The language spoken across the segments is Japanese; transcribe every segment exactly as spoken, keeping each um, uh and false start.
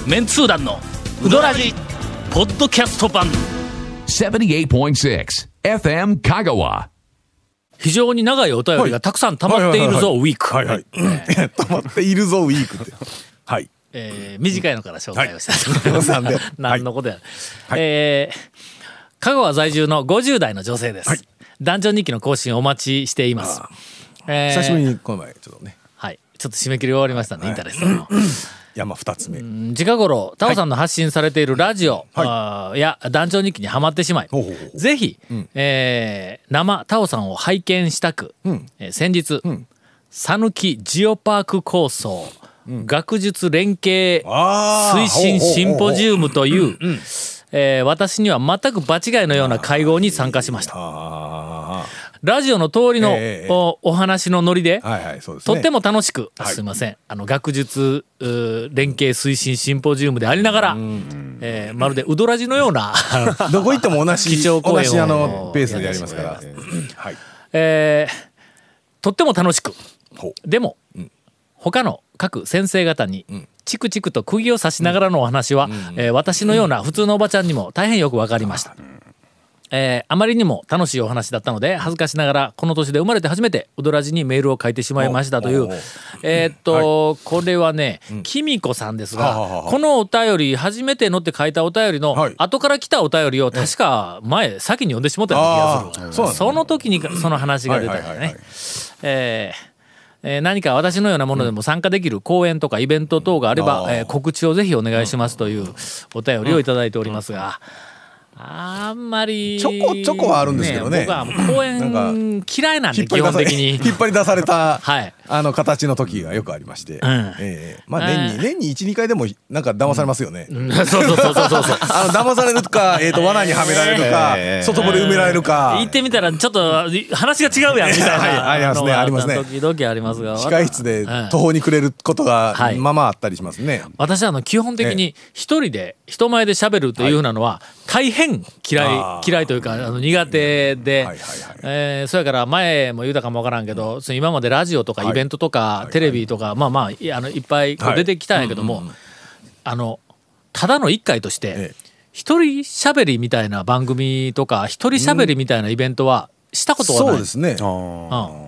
メンツー団のウドラジポッドキャスト版ななじゅうはちてんろく エフエム 香川。 非常に長いお便りがたくさん溜まっているぞウィーク。 はいはい。溜まっているぞウィークって。はい。 えー、短いのから紹介をしたいと思います。 はい、 何のことや、はい、えー、香川在住のごじゅう代の女性です。はい、団長日記の更新をお待ちしています。 えー、久しぶりにこの前ちょっとね。 はい。ちょっと締め切り終わりましたね、はい、インタレストの。 山ふたつめ。 近頃タオさんの発信されているラジオ、はい、や団長日記にはまってしまい、はい、ぜひ、うん、えー、生タオさんを拝見したく、うん、えー、先日讃岐、うん、ジオパーク構想、うん、学術連携推進シンポジウムという、えー、私には全く場違いのような会合に参加しました。ラジオの通りの お,、えー、お話のノリで、はいはい、そうですね、とっても楽しく、はい、すいません、あの学術連携推進シンポジウムでありながら、えー、まるでウドラジのようなどこ行っても同じ同じあのペースでやりますから、 はい、えー、とっても楽しく、でも、うん、他の各先生方に、うん、チクチクと釘を刺しながらのお話は、うん、えー、私のような普通のおばちゃんにも大変よく分かりました。えー、あまりにも楽しいお話だったので恥ずかしながらこの年で生まれて初めてウドラジにメールを書いてしまいましたという、えー、っと、はい、これはね、きみこさんですが、はこのお便り初めてのって書いたお便りの、はい、後から来たお便りを確か前先に読んでしまったような気がする。 そ, ね、その時にその話が出たんだね。えーえー、何か私のようなものでも参加できる講演とかイベント等があれば、うん、えー、告知をぜひお願いしますというお便りをいただいておりますが、あんまりちょこちょこはあるんですけどね。 僕は講演嫌いなんで基本的に引っ張り出された、はい、あの形の時がよくありまして、うん、えー、まあ年に年に いち,に 回でもなんか騙されますよね。 うん、そうそうそうそうそうあの騙されるか、えー、と罠にはめられるか、えー、外堀埋められるか、 言ってみたらちょっと話が違うやんみたいな、はい、 ありますねありますね。 時々ありますが、 控室で途方に暮れることがまあまああったりしますね。はい、 私はあの基本的に一人で人前で喋るというふうなのは大変嫌い、嫌いというかあの苦手で、えー、それから前も言うたかもわからんけど、その今までラジオとかイベントとかテレビとかまあまああのいっぱいこう出てきたんやけども、あのただの一回として一人喋りみたいな番組とか一人喋りみたいなイベントはしたことはない。 そうですね、 うん、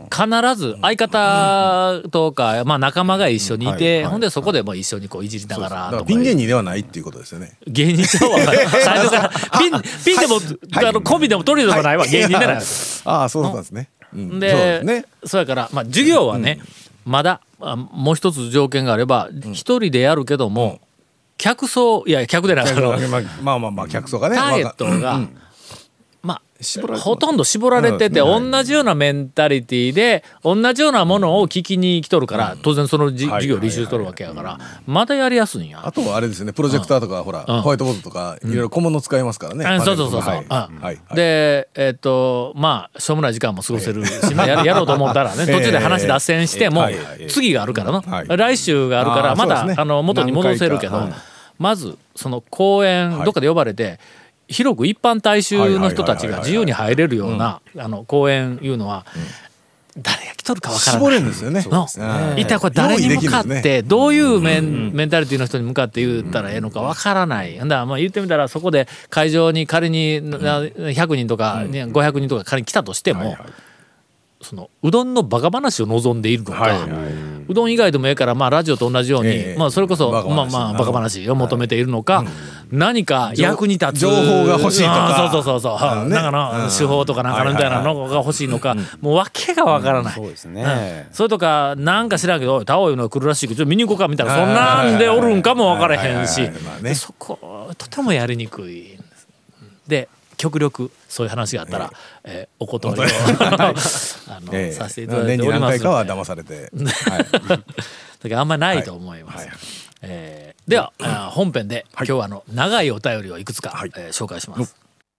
必ず相方とか、まあ、仲間が一緒にいて、はいはい、ほんでそこでも一緒にこういじりながらとか。だからピン芸人ではないっていうことですよね。 芸人ちゃうわ最初からピン、ピンでも、はい、あのコンビでもトリでもないわ、はい、芸人でない。 ああそうなんですね。うん、 で、そうですね。そうやから、まあ、授業はね、うん、まだもう一つ条件があれば一人でやるけども、うん、客層いや客でなくてまあまあまあ客層がね、 ターゲットが、うん、まあほとんど絞られてて、同じようなメンタリティで同じようなものを聞きに来とるから、当然その授業履修しとるわけやから、まだやりやすいんや。 あとはあれですね、プロジェクターとかほらホワイトボードとかいろいろ小物使いますからね。 そうそうそうそう。でえっとまあしょうもない時間も過ごせるし、やろうと思ったらね、途中で話脱線しても次があるからの、来週があるからまだあの元に戻せるけど、まずその講演どっかで呼ばれて広く一般大衆の人たちが自由に入れるようなあの講演いうのは誰が来とるかわからない。 絞れるんですよね。 一体これ誰に向かってどういうメン、メンタリティの人に向かって言ったらええのかわからない。だからまあ言ってみたらそこで会場に仮にひゃくにんとかごひゃくにんとか仮に来たとしても、そのうどんのバカ話を望んでいるのか、はいはい、うどん以外でもええから、まあ、ラジオと同じように、えーまあ、それこそバカ、まあまあ、バカ話を求めているのか、はい、何か役に立つ情報が欲しいとか、 そうそうそうそう、ね、なんかの手法とかなんかのみたいなのが欲しいのか、はいはいはい、もう訳がわからない、うん、そうですね、うん、それとかなんか知らんけどタオいうのが来るらしいけどちょっと見に行こうかみたいな、そんなんでおるんかもわからへんし、そことてもやりにくいで極力そういう話があったら、えーえー、お断りをあの、えー、させていただいておりますので、年に何回かは騙されて、 はい、だからあんまりないと思います、はいはい、えー、では、うん、本編で、はい、今日はあの長いお便りをいくつか、はい、えー、紹介します。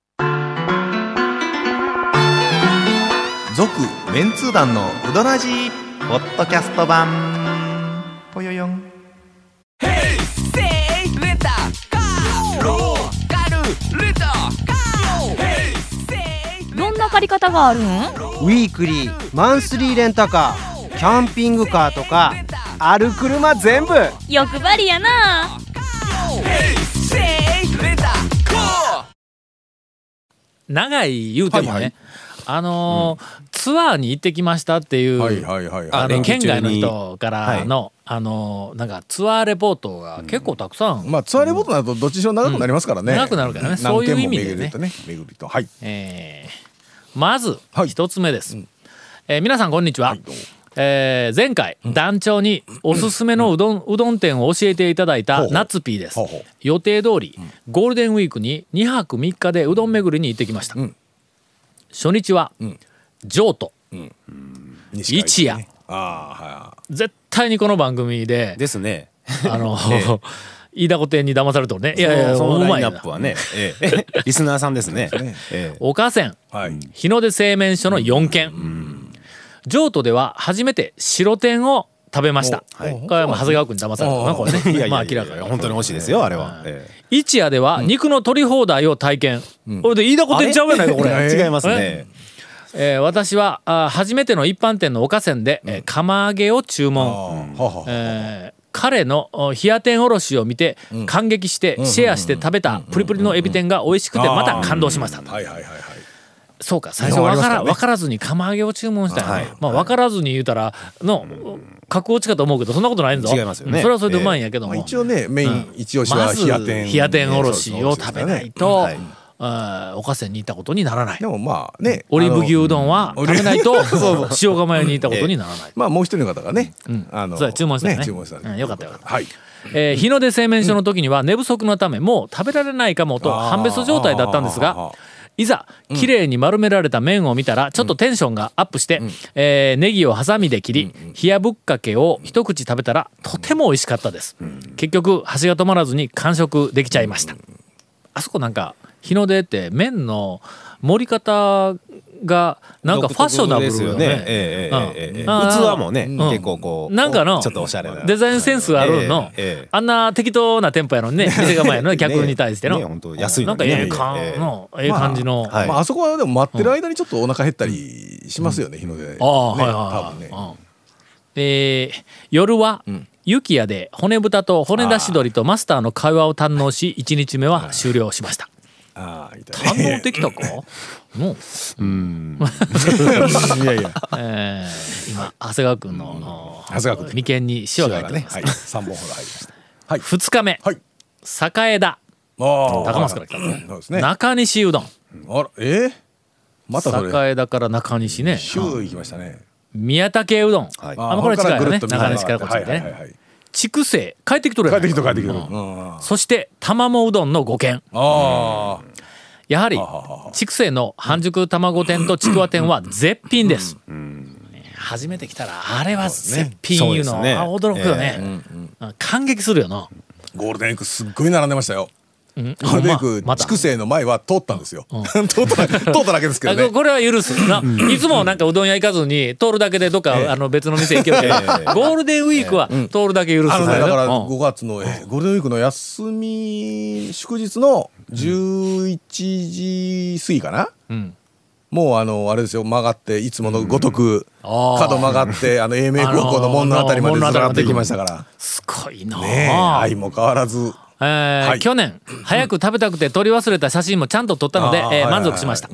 続メンツー団のウドラジーポッドキャスト版ぽよよん。 ヘイセイレタカーローカルレタカーどんな借り方があるん？ウィークリー、マンスリーレンタカー、キャンピングカーとかある車全部欲張りやな。 長い言うてもね、はいはい、あのーうん、ツアーに行ってきましたっていう、はいはいはいはい、あの県外の人からの、はい、あのー、なんかツアーレポートが結構たくさん、 うん、まあツアーレポートになるとどっちにしろ長くなりますからね、 うん、長くなるからね、そういう意味でね、 ね巡りと、はい、 えー、まず一つ目です、はい、えー、皆さんこんにちは、はい、えー、前回、うん、団長におすすめのうどん、うどん店を教えていただいたナッツピーです。ほうほう、予定通り、うん、ゴールデンウィークににはくみっかでうどん巡りに行ってきました。うん、初日は、うん、譲渡、うん、一夜、あ、はい、絶対にこの番組でですね、 あの、ええ、飯田御殿に騙されとるね。いやいや、 そのラインナップはね、ええ、リスナーさんですね。 ええ、岡線、はい、日の出製麺所のよんけん、うん、譲渡では初めて白天を食べました。はい、これはもう長谷川君に騙されたな、これね。いやいやいや、まあ明らかに本当に美味しいですよ、あれは。ええ、一夜では肉の取り放題を体験。うん、これで飯田御殿ちゃうやないか、これ。 違いますね。 えー、私はあ初めての一般店の岡線で、うん、えー、釜揚げを注文、えー、彼の冷や天おろしを見て、うん、感激してシェアして食べたプリプリのエビ天が美味しくてまた感動しました。そうか、最初分から、分からずに釜揚げを注文したよ、はい、まあ分からずに言うたらの格落ちかと思うけどそんなことないんぞ。 違いますよね。 それはそれでうまいんやけども、 えーまあ、一応ねメイン一押しは冷や天、 冷や天おろしを食べないと、はい、あ岡線に行ったことにならない。 でもまあね、 オリーブ牛うどんは食べないと塩釜屋に行ったことにならない。 えー、まあもう一人の方がね、 うん、あのそう注文したね。ね注文したね、うん、よかったよかった。はい。えー、日の出製麺所の時には寝不足のためもう食べられないかもと半べそ状態だったんですが、いざ綺麗に丸められた麺を見たらちょっとテンションがアップして、うん、えー、ネギをハサミで切り、うん、冷やぶっかけを一口食べたらとても美味しかったです。うん、結局箸が止まらずに完食できちゃいました。うん、あそこなんか日の出って麺の盛り方がなんかファッショナブルよね。 器もね、うん、結構こうなんかのちょっとおしゃれなデザインセンスあるの、えーえー、あんな適当な店舗やのにね、店構えの客に対しての、ねね、 安いのなんかええ感の、えー、えー、感じの、 まあ、はい、まあ、あそこはでも待ってる間にちょっとお腹減ったりしますよね、うん、日の出、ね、 ああ、はいはいはい、ね、うん、えー、夜は、うん、雪屋で骨豚と骨出し鶏とマスターの会話を堪能しいちにちめは終了しました。ああ、堪能できたかもう、うん、いやいや、えー、今長谷川君の長谷川君眉間に塩が入ってます、ね、はい、さんぼんほど入りました。はい、ふつかめ、はい、栄田、高松から来た、ね、そうですね、中西うどん、あら、えー、またそれ栄田から中西ね、週行きましたね。宮武うどん、はい、あ、これ近いよね、中西からこっちでね、はいはいはいはい、筑西帰ってきとるやん、帰ってきとる帰ってきとる、うん、そして玉藻うどんのごけん、あ、やはり筑西の半熟卵店とちくわ店は絶品です、うん、初めて来たらあれは絶品いうの、ね、驚くよね、えーうんうん、感激するよな。ゴールデンウィークすっごい並んでましたよ。ゴールデンウィーク筑西の前は通ったんですよ、うん、通った通っただけですけどね。これは許すな。いつもなんかうどん屋行かずに通るだけでどっか、えー、あの別の店行けるけど、えー、ゴールデンウィークは通るだけ許す、ね、うん、だからごがつの、えー、ゴールデンウィークの休み祝日のじゅういちじ過ぎかな、うん、もうあのあれですよ、曲がっていつものごとく、うん、角曲がってあの英明高校の門のあたりまでずらってきましたから、すごいな、ね、愛も変わらず、えーはい、去年早く食べたくて撮り忘れた写真もちゃんと撮ったので、えー、満足しました。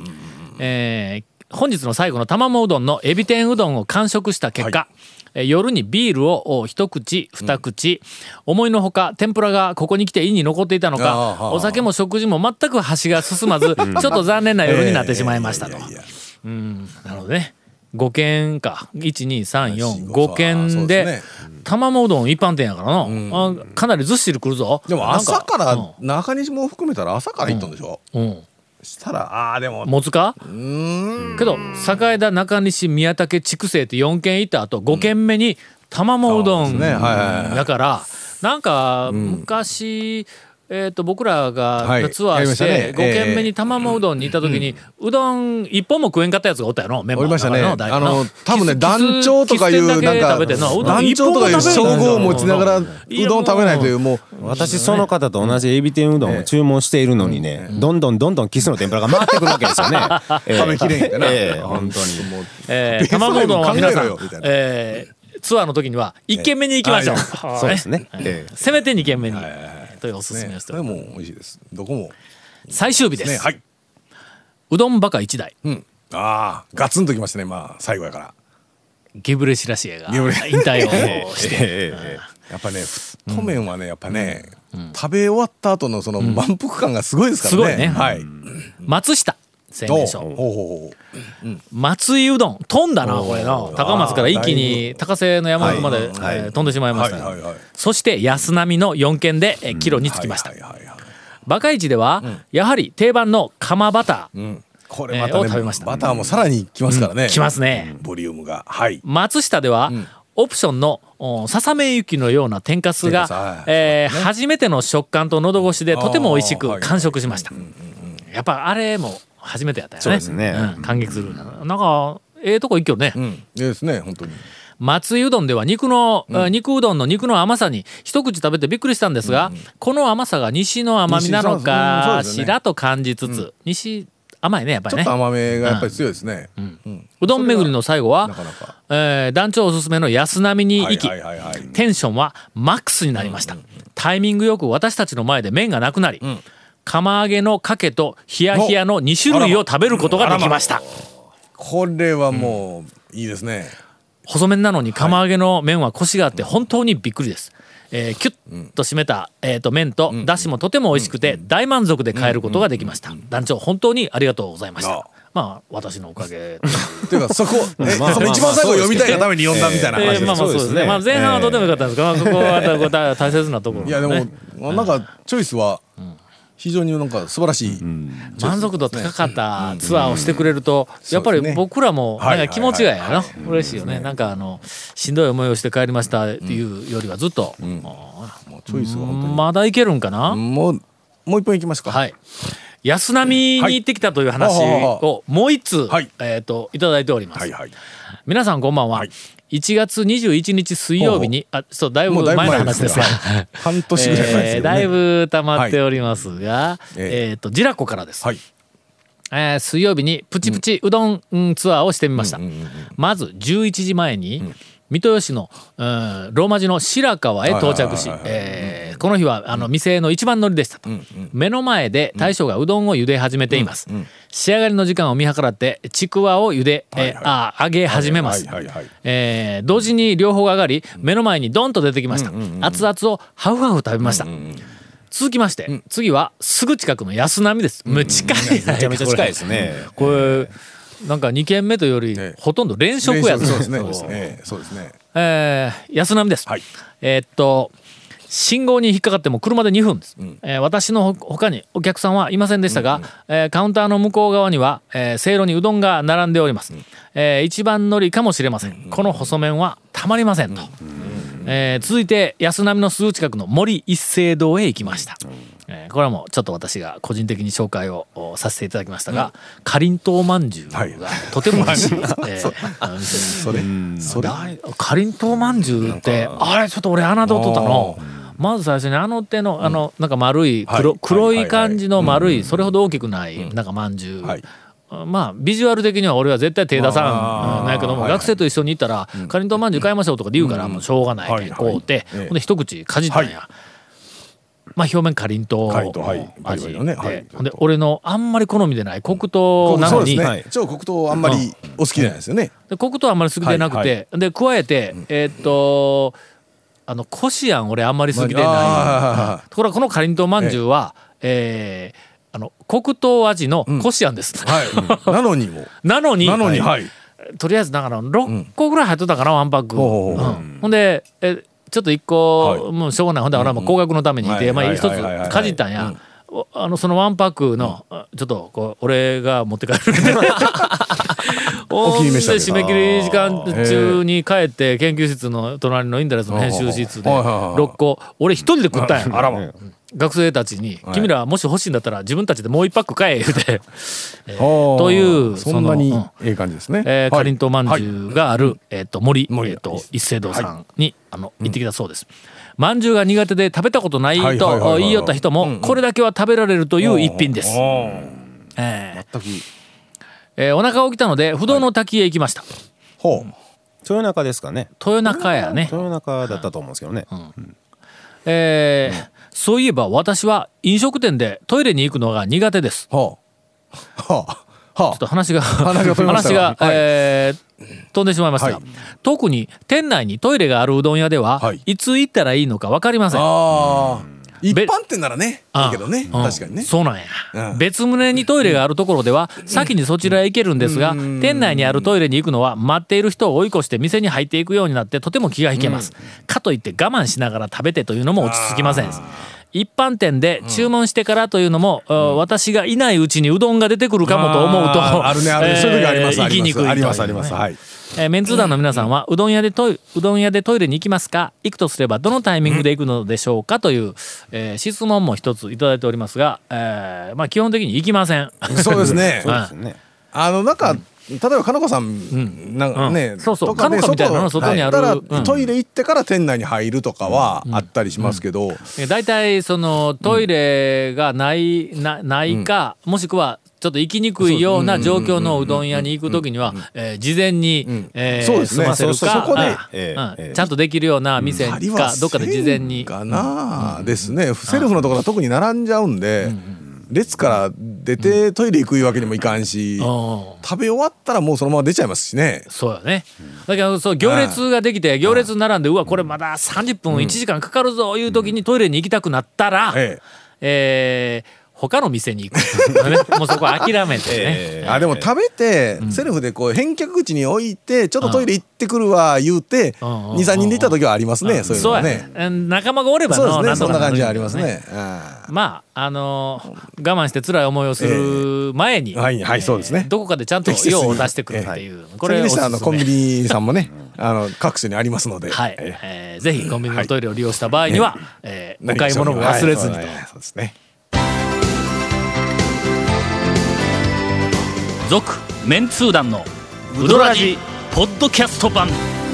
本日の最後の玉藻うどんのエビ天うどんを完食した結果、はい、夜にビールを一口二口、うん、思いのほか天ぷらがここに来て胃に残っていたのか、お酒も食事も全く箸が進まず、ちょっと残念な夜になってしまいましたと。うん、なるほどね。ごけんか、いちにさんよんごけんで玉藻うどん一般店やからな、うん、あかなりずっしりくるぞ。でも朝から中西も含めたら朝から行ったんでしょ、うんうん、したらあーでも持つか、うーんけど栄田中西宮武筑西ってよんけん行った後ごけんめに玉藻うどんだからなんか昔、えー、と僕らがツアーしてごけんめに玉藻うどんに行った時にうどん一本も食えんかったやつがおったやろ、メンバーの中の大の多分ね団長とかいうなんか団長とかいう称号を持ちながらうどん食べないという、もう私その方と同じエビ天うどんを注文しているのにね、どんどんどんどんキスの天ぷらが回ってくるわけですよね。食べきれへんってな、本当に玉藻うどんは皆さんツアーの時にはいっけんめに行きましょう。そうですね、せめてにけんめにというおすすめをしております。 これも美味しいです。どこも最終日です。はい、 うどんバカ一台、 うん、ああガツンときましたね。まあ最後やからゲブレシラシエが引退をして、 やっぱね太麺はねやっぱね、うんうん、食べ終わった後のその満腹感がすごいですからね、うん、すごいね、はい、 松下製麺所、松井うどん飛んだなこれな。高松から一気に高瀬の山奥まで、はいえー、飛んでしまいました、はいはいはいはい、そして安波のよんけんでえキロにつきました。バカイチでは、うん、やはり定番の釜バター、うんこれまたね、えー、を食べました。バターもさらにきますからね、 うん、きますね、 ボリュームが、はい、 松下では、うん、オプションのささめ雪のような天かすが、えーね、初めての食感と喉越しでとても美味しく完食しました。やっぱあれも初めてやったよね。 そうですね、 うん、感激する。なんかええとこ行くよね、 うん、いいですね本当に。 松井うどんでは肉の、うん、肉うどんの肉の甘さに一口食べてびっくりしたんですが、うん、この甘さが西の甘みなのかしらと感じつつ、うん、西甘いねやっぱりね。 ちょっと甘めがやっぱり強いですね、うんうん、うどん巡りの最後はなかなか、えー、団長おすすめの安波に行き、はいはいはいはい、テンションはマックスになりました、うんうん、タイミングよく私たちの前で麺がなくなり、うん、釜揚げのかけとヒヤヒヤのに種類を食べることができました。 これはもういいですね、 うん、細麺なのに釜揚げの麺はコシがあって本当にびっくりです、えー、キュッと締めた、えー、と麺とだしもとても美味しくて大満足で帰ることができました。団長本当にありがとうございました。まあ私のおかげっていうかそこえその一番最後読みたいがために読んだみたいな話です。 まあまあそうですね。まあ前半はどうでもよかったんですが、ここは大切なところ。 いやでもなんかチョイスは非常になんか素晴らしい、うん、 満足度高かったツアーをしてくれると、うん、やっぱり僕らもなんか気持ちがやな、嬉しいよね。なんかあのしんどい思いをして帰りましたっていうよりはずっと、うん、もうチョイスは本当にまだいけるんかな。 もうもう一本いきますか。 はい。安波に行ってきたという話をもう一通、はい、えっといただいております。はいはい、皆さんこんばんは。はい、いちがつにじゅういちにち水曜日に、あ、そうだいぶ前の話ですが、 半年ぐらい前ですよね。 だいぶ溜まっておりますが、はい、えっとジラコからです。はい、えー、水曜日にプチプチうどん、うん、ツアーをしてみました。うんうんうんうん、まずじゅういちじまえに、うん、水戸市の、うん、ローマ字の白川へ到着し、この日はあの店の一番乗りでしたと、うんうん、目の前で大将がうどんを茹で始めています、うんうん、仕上がりの時間を見計らってちくわを茹で、はいはい、えー、あ揚げ始めます、はいはいはい、えー、同時に両方が上がり目の前にドンと出てきました、うんうんうん、熱々をハフハフ食べました、うんうんうん、続きまして、うん、次はすぐ近くの安波です、うんうん、近い、 めちゃめちゃ近いですねこれなんかにけんめというより、ね、ほとんど連食やつ。 そうですね。そうですね。 えー、安波です。はい、えー、っと信号に引っかかっても車でにふんです。うん、えー、私のほかにお客さんはいませんでしたが、うんうん、えー、カウンターの向こう側には、えー、せいろにうどんが並んでおります。うん、えー、一番乗りかもしれません。うん、この細麺はたまりませんと。うんうん、えー、続いて安波のすぐ近くの森一正堂へ行きました。うん、えー、これはもうちょっと私が個人的に紹介をさせていただきましたが、かりんとうまんじゅうがとても美味しい、えー、 それそれかりんとうまんじゅうってあれちょっと俺侮っとったの。まず最初にあの手のあのなんか丸い 黒, 黒い感じの丸いそれほど大きくないなんかまんじゅう、まあビジュアル的には俺は絶対手出さんないけども、学生と一緒に行ったらかりんとうまんじゅう買いましょうとかで言うからもうしょうがないけんこうってほんで一口かじったんや。まあ表面かりんとう味で、ほんで俺のあんまり好みでない黒糖なのに、 超黒糖あんまりお好きじゃないですよね。 黒糖あんまり好きでなくて、で加えてえっとあのこしあん俺あんまり好きでない。ところがこのかりんとうまんじゅうは、えー、あの黒糖味のこしあんです。 うん、はい。なのにも。 なのに。 なのに、はい。 とりあえずだからろっこぐらい入っとったかな、ワンパック。ほうほうほう、うん、ほんでえちょっといっこ、はい、もうしょうがない。ほんで俺はもう高額のためにいて、まあ一つかじったんや。あのそのワンパックの、うん、ちょっとこう俺が持って帰るお気に召した締め切り時間中に帰って研究室の隣のインタレスの編集室でろっこ俺一人で食ったんや。あらま学生たちに「君らもし欲しいんだったら自分たちでもう一パック買え」言うてえー、というそんなにええ感じですね。 えー、かりんとうまんじゅうがある、はい、えー、と森、えー、と一正堂さんに、はい、あの行ってきたそうです。まんじゅうが苦手で食べたことないと言いよった人もこれだけは食べられるという一品です。えーえー、お腹起きたので不動の滝へ行きました。 ほう、豊中ですかね。 豊中やね。 豊中だったと思うんですけどね。うんうん、 えーうん、そういえば私は飲食店でトイレに行くのが苦手です。はあはあ、 ちょっと話が話が飛びました話が、 はいえー飛んでしまいましたが、 はい特に店内にトイレがあるうどん屋では、 はいいつ行ったらいいのか分かりません。 ああ一べ般店ならねいいけどねうん確かにねそうなんや、 うん別棟にトイレがあるところでは先にそちらへ行けるんですが、店内にあるトイレに行くのは待っている人を追い越して店に入っていくようになってとても気が引けます、かといって我慢しながら食べてというのも落ち着きません。一般店で注文してからというのも、うん、私がいないうちにうどんが出てくるかもと思うとあるねあるね、そういう時あります行きにくいというねありますありますはい。 えーメンツー団の皆さんはうどん屋でトイうどん屋でトイレに行きますか、行くとすればどのタイミングで行くのでしょうかという、えー質問も一ついただいておりますが、えーまあ、基本的に行きません。 そうですねそうですね。 あのなんか例えばかのこさんなんかね、 うんそうそうとかでかのこみたいなの外にあるだうんからトイレ行ってから店内に入るとかはあったりしますけど、 だいたいそのトイレがない、なないか、もしくはちょっと行きにくいような状況のうどん屋に行くときには、えー事前に、えーそうですね済ませるか、 そうそうそこであええうんええちゃんとできるような店ありはかどっかで事前に。 かなですね。セルフのところは特に並んじゃうんで、列から出てトイレ行くいうわけにもいかんし、 うん食べ終わったらもうそのまま出ちゃいますしね。 そうよね。だけどそう行列ができて行列並んでうわこれまださんじゅっぷんいちじかんかかるぞいう時にトイレに行きたくなったら、 ええー他の店に行く、ね、もうそこは諦めてね。 えあでも食べてセルフでこう返却口に置いてちょっとトイレ行ってくるわ言うてうんにさんにんで行った時はありますね。そういうのそうやはね。 ね。仲間がおればそうのですね。そんな感じはありるますね。あまああのー我慢して辛い思いをする前に、 えはいはいそうですねどこかでちゃんと適切に用を出してくるっていう、 これでしたらあのコンビニニさんもねあの各所にありますので。 はい、 ええーぜひコンビニのトイレを利用した場合には、えーお買い物も忘れずにと。 はいそうですね。 続メンツー団のウドラジポッドキャスト版。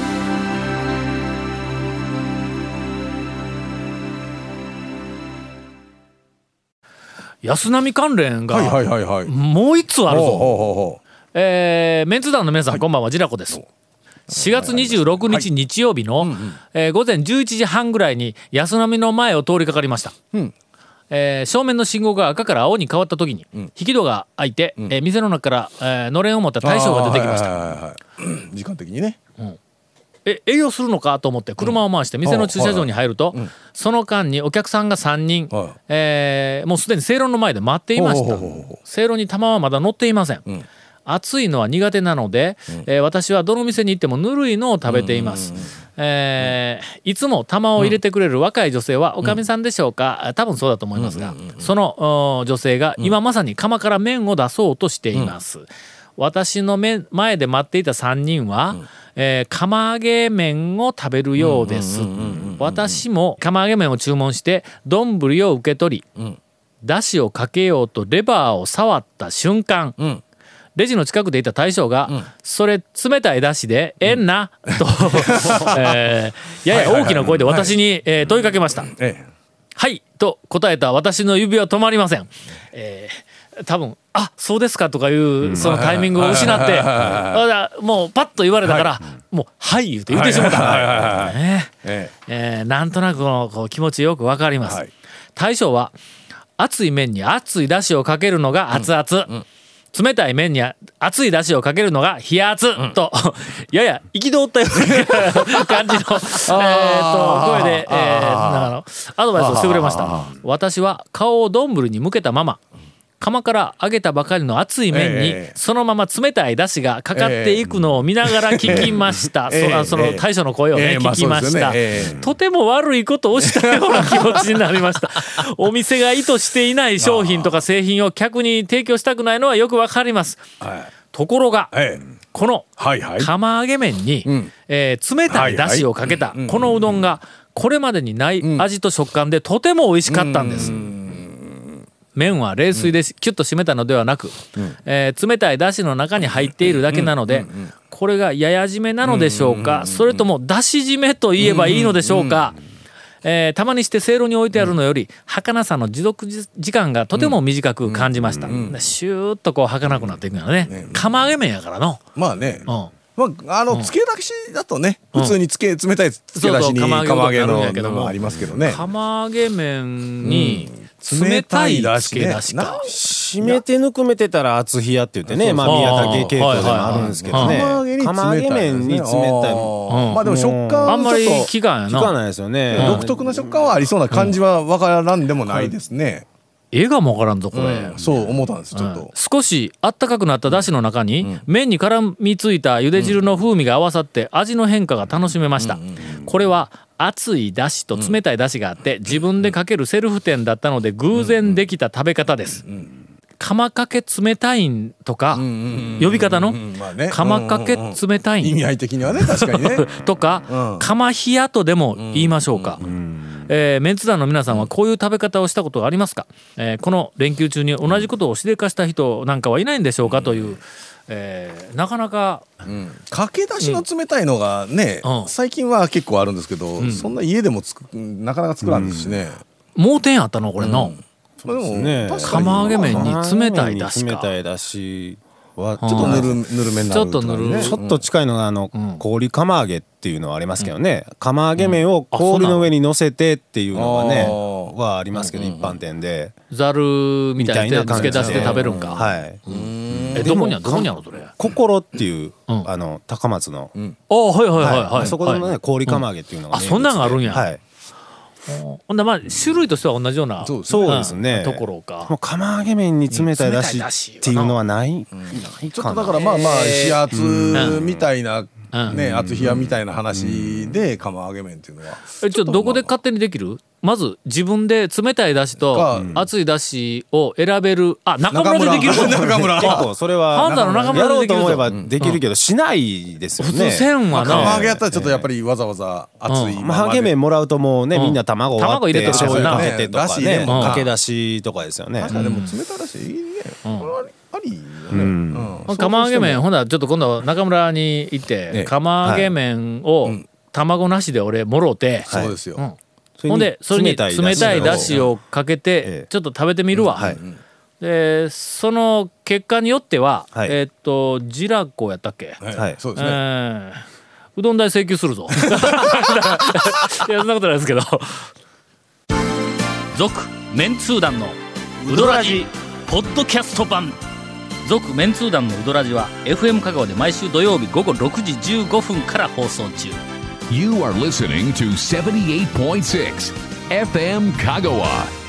安波関連がはいはいはいはい。 もう一つあるぞ。 ほうほうほうほうえーメンツ団の皆さん、こんばんは、ジラコです。しがつにじゅうろくにち日曜日の、えー午前じゅういちじはんぐらいに安波の前を通りかかりました。 うんえー正面の信号が赤から青に変わった時に、引き戸が開いて、えー店の中から、えーのれんを持った大将が出てきました。 あーはいはいはいはい時間的にね。 え営業するのかと思って車を回して店の駐車場に入ると、その間にお客さんがさんにん、 はいえーもうすでに正論の前で待っていました。 ほうほうほうほう正論に玉はまだ乗っていません。暑いのは苦手なので、えー私はどの店に行ってもぬるいのを食べています。えーいつも玉を入れてくれる若い女性はおかみさんでしょうか、あ多分そうだと思いますが、そのお女性が今まさに釜から麺を出そうとしています。私の目前で待っていたさんにんは、えー釜揚げ麺を食べるようです。私も釜揚げ麺を注文して丼を受け取り、だしをかけようとレバーを触った瞬間、レジの近くでいた大将が、それ冷たいだしでええんな、と、えーやや大きな声で私に、えー問いかけました。 えはいと答えた私の指は止まりません。えー多分あそうですかとかいうそのタイミングを失ってあもうパッと言われたからもうはい言うて言ってしまったねええーなんとなくこのこう気持ちよくわかります。 はい大将は熱い麺に熱いだしをかけるのが熱々、冷たい麺に熱いだしをかけるのが冷圧、とやや憤ったような感じのえーと声で、えーなんかのアドバイスをしてくれました。私は顔を丼に向けたまま釜から揚げたばかりの熱い麺にええそのまま冷たいだしがかかっていくのを見ながら聞きました。 ええそあその大将の声をね、 ええまあ聞きました、 そうですよねええとても悪いことをしたような気持ちになりました。お店が意図していない商品とか製品を客に提供したくないのはよくわかります。 はいところが、 ええこのはいはい釜揚げ麺に、 んえー冷たいだしをかけたこのうどんがこれまでにない味と食感でとても美味しかったんです。麺は冷水でキュッと締めたのではなく、えー冷たいだしの中に入っているだけなので、これがやや締めなのでしょうか、それともだし締めと言えばいいのでしょうか。えーたまにしてせいろに置いてあるのより儚さの持続時間がとても短く感じました。シューッとこう儚くなっていくのね。釜揚げ麺やからの。 まあね。 うんまあ、あの漬け出しだとね、普通につけ冷たい漬け出しにそうそう釜揚げ釜揚げうどんになるんやけどものもありますけどね。 釜揚げ麺に冷たいつけだしか。 締めてぬくめてたら厚冷やって言ってね、まあ宮武系統でもあるんですけどね。釜揚げ麺に冷たい。 まあでも食感あんまり効かんやな。 効かないですよね。 独特な食感はありそうな感じはわからんでもないですね。 絵がもわからんぞこれ、 うん、そう思ったんですちょっと、うん、 少しあったかくなっただしの中に、うん、麺に絡みついた茹で汁の風味が合わさって味の変化が楽しめました、うん、これは熱いだしと冷たいだしがあって自分でかけるセルフ店だったので偶然できた食べ方です、うんうん釜かけ冷たいんとか呼び方の釜かけ冷たいん意味合い的にはね確かにねとか釜冷やとでも言いましょうか、えー、メンツ団の皆さんはこういう食べ方をしたことがありますか、えー、この連休中に同じことをしでかした人なんかはいないんでしょうかという、えー、なかなか、 うん、かけだしの冷たいのがね、うん、最近は結構あるんですけど、うん、そんな家でもつくなかなか作らんですしね、 うん、盲点あったのこれの、うんまあ、でもね釜揚げ麺に冷たいだしか冷たいだしはちょっとぬるぬるめになるちょっとぬる、 ね、ちょっと近いのがあの、うん、氷釜揚げっていうのはありますけどね、うん、釜揚げ麺を氷の上に乗せてっていうのがね、うん、はありますけど、うん、一般店でざるみたいなつけ出して食べるんか、 はい、 えどこにあるどこにあるそれ心っていう、うん、あの高松の、 うん、あはいはいはいはい、 はい、そこのね、はい、氷釜揚げっていうのが、 ね、あそんなんがあるんや、 はいほんだまあ種類としては同じようなそうですね、 ところかもう釜揚げ麺に冷たいだしっていうのはない、うん、 ないちょっとだからまあまあ指圧みたいな、うん、ね厚冷やみたいな話で釜揚げ麺っていうのはえちょっとどこで勝手にできるまず自分で冷たいだしと熱いだしを選べるあ中村でできる中村結構それはパンダの中村でできるやろうと思えばできるけどしないですよね普通せんはな釜揚げやったらちょっとやっぱりわざわざ熱い釜揚げ麺もらうともうねみんな卵を割って醤油かけてとかねかけだしとかですよねでも冷たいだしいいねあり釜揚げ麺ほんならちょっと今度中村に行って釜揚げ麺を卵なしで俺もろうてそうですよほんでそれに冷たいだしをかけてちょっと食べてみるわ、はい、でその結果によっては、はい、えー、っとジラコやったっけ、 はい、そうですね、 えー、うどん代請求するぞいやそんなことないですけど続メンツー団のうどらじポッドキャスト版続メンツー団のうどらじは エフエム 香川で毎週土曜日午後ろくじじゅうごふんから放送中 You are listening to seventy-eight point six エフエム Kagawa.